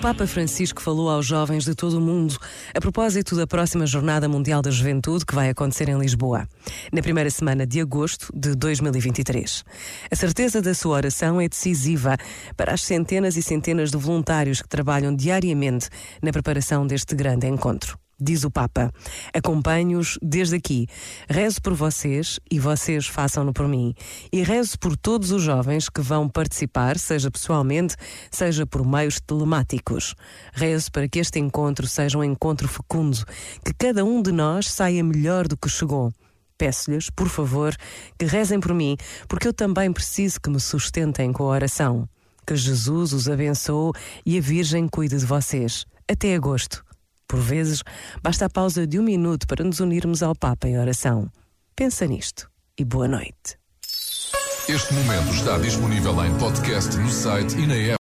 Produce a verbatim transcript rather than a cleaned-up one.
Papa Francisco falou aos jovens de todo o mundo a propósito da próxima Jornada Mundial da Juventude que vai acontecer em Lisboa, na primeira semana de agosto de dois mil e vinte e três. A certeza da sua oração é decisiva para as centenas e centenas de voluntários que trabalham diariamente na preparação deste grande encontro. Diz o Papa: acompanho-os desde aqui, rezo por vocês e vocês façam-no por mim, e rezo por todos os jovens que vão participar, seja pessoalmente, seja por meios telemáticos. Rezo para que este encontro seja um encontro fecundo, que cada um de nós saia melhor do que chegou. Peço-lhes, por favor, que rezem por mim, porque eu também preciso que me sustentem com a oração. Que Jesus os abençoe e a Virgem cuide de vocês. Até agosto. Por vezes, basta a pausa de um minuto para nos unirmos ao Papa em oração. Pensa nisto e boa noite. Este momento está disponível em podcast no site e na app.